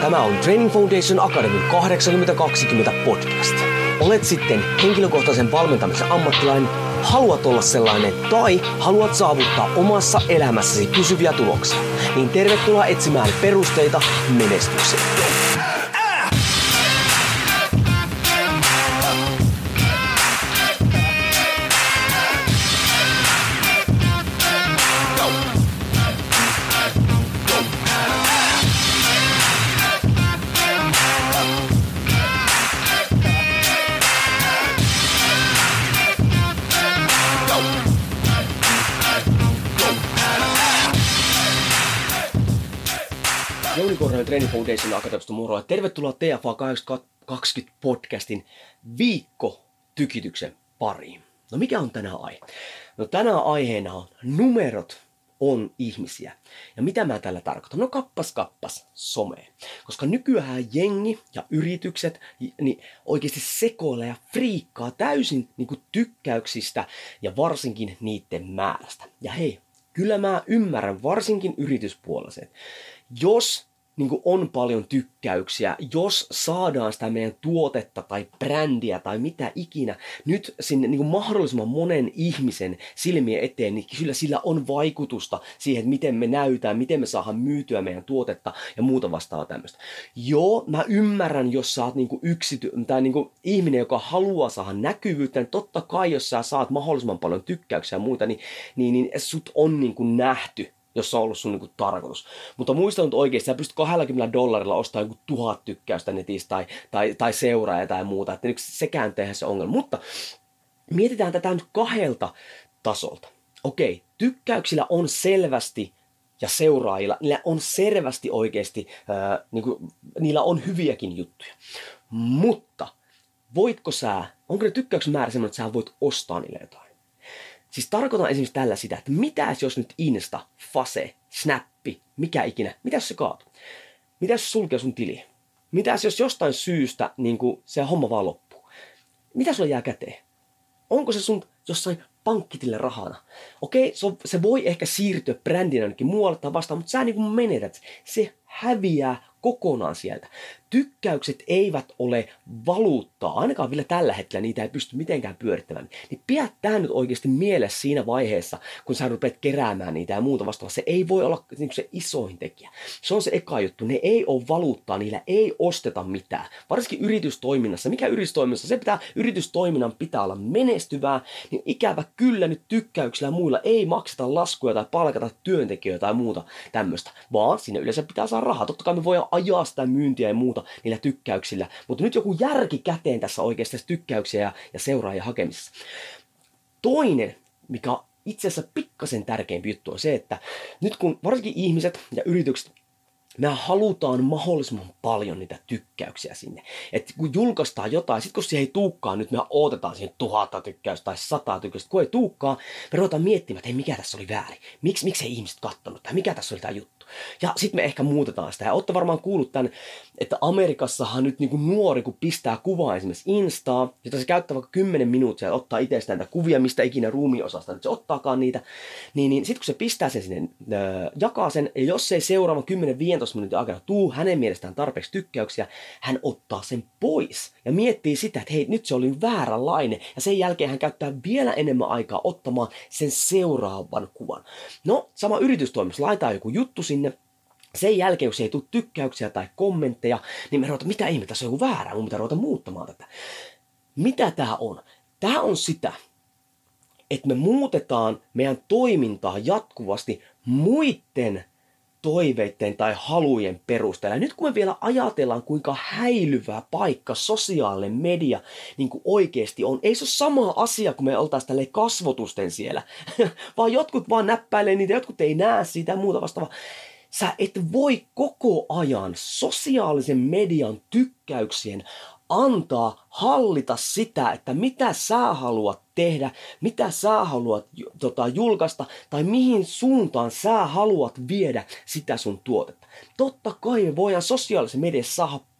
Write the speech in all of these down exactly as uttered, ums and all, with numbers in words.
Tämä on Training Foundation Academy kahdeksankymmentä kaksikymmentä podcast. Olet sitten henkilökohtaisen valmentamisen ammattilainen, haluat olla sellainen tai haluat saavuttaa omassa elämässäsi pysyviä tuloksia, niin tervetuloa etsimään perusteita menestykseen. Jouni Korhonen Training Foundation Akatemiasta moro ja tervetuloa T F A kahdeksankymmentä podcastin viikkotykityksen pariin. No mikä on tänään aihe? No tänään aiheena on numerot on ihmisiä. Ja mitä mä tällä tarkoitan? No kappas kappas someen. Koska nykyään jengi ja yritykset niin oikeasti sekoilee ja friikkaa täysin niin kuin tykkäyksistä ja varsinkin niiden määrästä. Ja hei, kyllä mä ymmärrän varsinkin yrityspuoliset. Jos niin kuin on paljon tykkäyksiä, jos saadaan sitä meidän tuotetta tai brändiä tai mitä ikinä nyt sinne niin kuin mahdollisimman monen ihmisen silmien eteen, niin kyllä sillä on vaikutusta siihen, että miten me näytään, miten me saadaan myytyä meidän tuotetta ja muuta vastaavaa tämmöistä. Joo, mä ymmärrän, jos sä oot niin kuin yksity- tai niin kuin ihminen, joka haluaa saada näkyvyyttä, niin totta kai, jos sä saat mahdollisimman paljon tykkäyksiä ja muuta, niin, niin, niin sut on niin kuin nähty, jos se on ollut sun niinku tarkoitus. Mutta muista nyt oikeesti, sä pystyt kaksikymmentä dollarilla ostamaan joku tuhat tykkäystä netistä tai, tai, tai seuraajia tai muuta. Että sekään tehdään se ongelma. Mutta mietitään tätä nyt kahdelta tasolta. Okei, tykkäyksillä on selvästi ja seuraajilla, niillä on selvästi oikeasti, ää, niinku, niillä on hyviäkin juttuja. Mutta voitko sä, onko ne tykkäyksen määrä semmoinen, että sä voit ostaa niille jotain? Siis tarkoitan esimerkiksi tällä sitä, että mitäs jos nyt Insta, Face, Snappi, mikä ikinä, mitäs se kaatuu? Mitäs jos sulkee sun tili? Mitäs jos jostain syystä niin se homma vaan loppuu? Mitä sulla jää käteen? Onko se sun jossain pankkitille rahana? Okei, se, se voi ehkä siirtyä brändinä jonnekin muualle tai vastaan, mutta sä niin kuin menetät. Se häviää kokonaan sieltä. Tykkäykset eivät ole valuuttaa, ainakaan vielä tällä hetkellä niitä ei pysty mitenkään pyörittämään. Niin pidä tää nyt oikeasti mielessä siinä vaiheessa, kun sä rupeat keräämään niitä ja muuta vastaavaa. Se ei voi olla niin se isoin tekijä. Se on se eka juttu. Ne ei ole valuuttaa, niillä ei osteta mitään. Varsinkin yritystoiminnassa. Mikä yritystoiminnassa? Se pitää, yritystoiminnan pitää olla menestyvää, niin ikävä kyllä nyt tykkäyksillä ja muilla ei makseta laskuja tai palkata työntekijöitä tai muuta tämmöistä, vaan siinä yleensä pitää saada rahaa. Totta kai me voidaan ajaa sitä myyntiä ja muuta niillä tykkäyksillä, mutta nyt joku järki käteen tässä oikeasti tässä tykkäyksiä ja, ja seuraajia hakemisessa. Toinen, mikä on itse asiassa pikkasen tärkeämpi juttu on se, että nyt kun varsinkin ihmiset ja yritykset, me halutaan mahdollisimman paljon niitä tykkäyksiä sinne. Että kun julkaistaan jotain, sit kun siihen ei tuukkaan, nyt me odotetaan siihen tuhatta tykkäystä tai sataa tykkäystä. Kun ei tuukkaan, me ruvetaan miettimään, että hei, mikä tässä oli väärin. Miks, miksi ei ihmiset kattonut tai mikä tässä oli tämä juttu. Ja sitten me ehkä muutetaan sitä. Ja olette varmaan kuullut tämän, että Amerikassahan nyt niinku nuori, kun pistää kuvaa esimerkiksi Instaa, jota se käyttää vaikka kymmenen minuuttia ja ottaa itsestään näitä kuvia, mistä ikinä ruumiosasta nyt se ottaakaan niitä, niin, niin sitten kun se pistää sen sinne, äh, jakaa sen, ja jos se ei seuraavan kymmenen viisitoista minuutin aikana tuu hänen mielestään tarpeeksi tykkäyksiä, hän ottaa sen pois ja miettii sitä, että hei, nyt se oli vääränlainen, ja sen jälkeen hän käyttää vielä enemmän aikaa ottamaan sen seuraavan kuvan. No, sama yritystoiminnassa, laitetaan joku juttu sinne. Sen jälkeen, jos ei tule tykkäyksiä tai kommentteja, niin me ruvetaan, mitä ihmettä, se on joku väärää, mun pitää ruveta muuttamaan tätä. Mitä tää on? Tää on sitä, että me muutetaan meidän toimintaa jatkuvasti muiden toiveiden tai halujen perusteella. Ja nyt kun me vielä ajatellaan, kuinka häilyvä paikka sosiaalinen media niin kuin oikeasti on, ei se ole sama asia, kun me oltaisiin tälleen kasvotusten siellä, vaan jotkut vaan näppäilee niitä, jotkut ei näe siitä ja muuta vastaavaa. Sä et voi koko ajan sosiaalisen median tykkäyksien antaa hallita sitä, että mitä sä haluat tehdä, mitä sä haluat tota, julkaista tai mihin suuntaan sä haluat viedä sitä sun tuotetta. Totta kai me voidaan sosiaalisen mediassa saada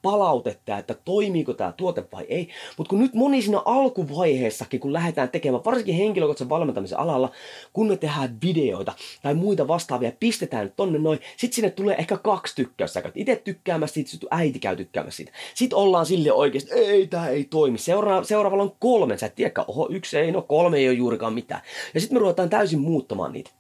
palautetta, että toimiiko tämä tuote vai ei. Mutta kun nyt moni siinä alkuvaiheessakin, kun lähdetään tekemään, varsinkin henkilökohtaisen valmentamisen alalla, kun me tehdään videoita tai muita vastaavia, pistetään tonne noin, sit sinne tulee ehkä kaksi tykkäystä. Sä käyt itse tykkäämässä siitä, sit äiti käy tykkäämässä siitä. Sitten ollaan sille oikeasti, ei tää ei toimi. Seura- seuraavalla on kolme, sä et tiedäkään, oho yksi ei, no kolme ei ole juurikaan mitään. Ja sitten me ruvetaan täysin muuttamaan niitä.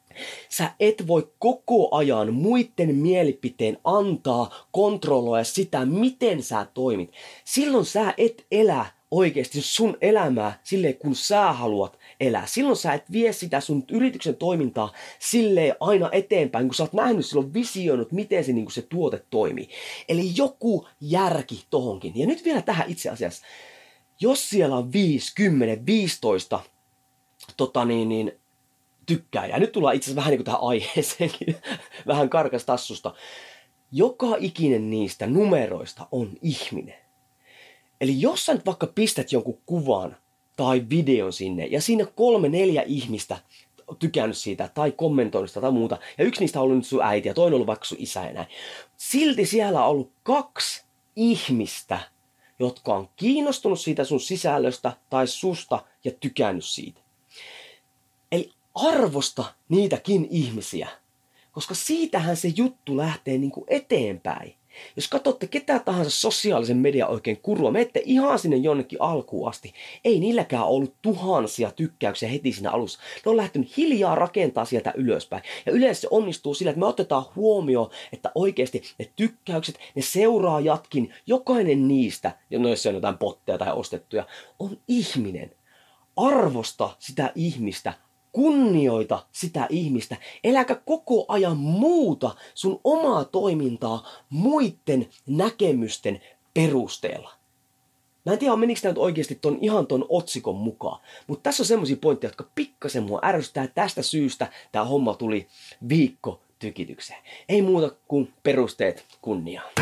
Sä et voi koko ajan muiden mielipiteen antaa, kontrolloida sitä, miten sä toimit. Silloin sä et elä oikeasti sun elämää silleen, kun sä haluat elää. Silloin sä et vie sitä sun yrityksen toimintaa silleen aina eteenpäin, kun sä oot nähnyt, silloin visioinut, miten se, niin se tuote toimii. Eli joku järki tohonkin. Ja nyt vielä tähän itse asiassa. Jos siellä on viisi, kymmenen, viisitoista tota niin, niin, tykkää. Ja nyt tullaan itse asiassa vähän niin kuin tähän aiheeseenkin, vähän karkas tassusta. Joka ikinen niistä numeroista on ihminen. Eli jos sä nyt vaikka pistät jonkun kuvan tai videon sinne, ja siinä kolme, neljä ihmistä tykännyt siitä, tai kommentoinut sitä tai muuta, ja yksi niistä on ollut nyt sun äiti, ja toinen on ollut vaikka sun isä ja näin. Silti siellä on ollut kaksi ihmistä, jotka on kiinnostunut siitä sun sisällöstä tai susta ja tykännyt siitä. Eli arvosta niitäkin ihmisiä, koska siitähän se juttu lähtee niin kuin eteenpäin. Jos katsotte ketä tahansa sosiaalisen median oikein kurua, menette ihan sinne jonnekin alkuun asti. Ei niilläkään ollut tuhansia tykkäyksiä heti siinä alussa. Ne on lähtenyt hiljaa rakentaa sieltä ylöspäin. Ja yleensä se onnistuu sillä, että me otetaan huomioon, että oikeasti ne tykkäykset, ne seuraajatkin, jokainen niistä, jos on jotain botteja tai ostettuja, on ihminen. Arvosta sitä ihmistä. Kunnioita sitä ihmistä, eläkä koko ajan muuta sun omaa toimintaa muiden näkemysten perusteella. Mä en tiedä, menikö tämä nyt oikeasti ton, ihan ton otsikon mukaan, mutta tässä on semmosia pointteja, jotka pikkasen mua ärsyttää. Tästä syystä tää homma tuli viikko tykitykseen. Ei muuta kuin perusteet kunniaan.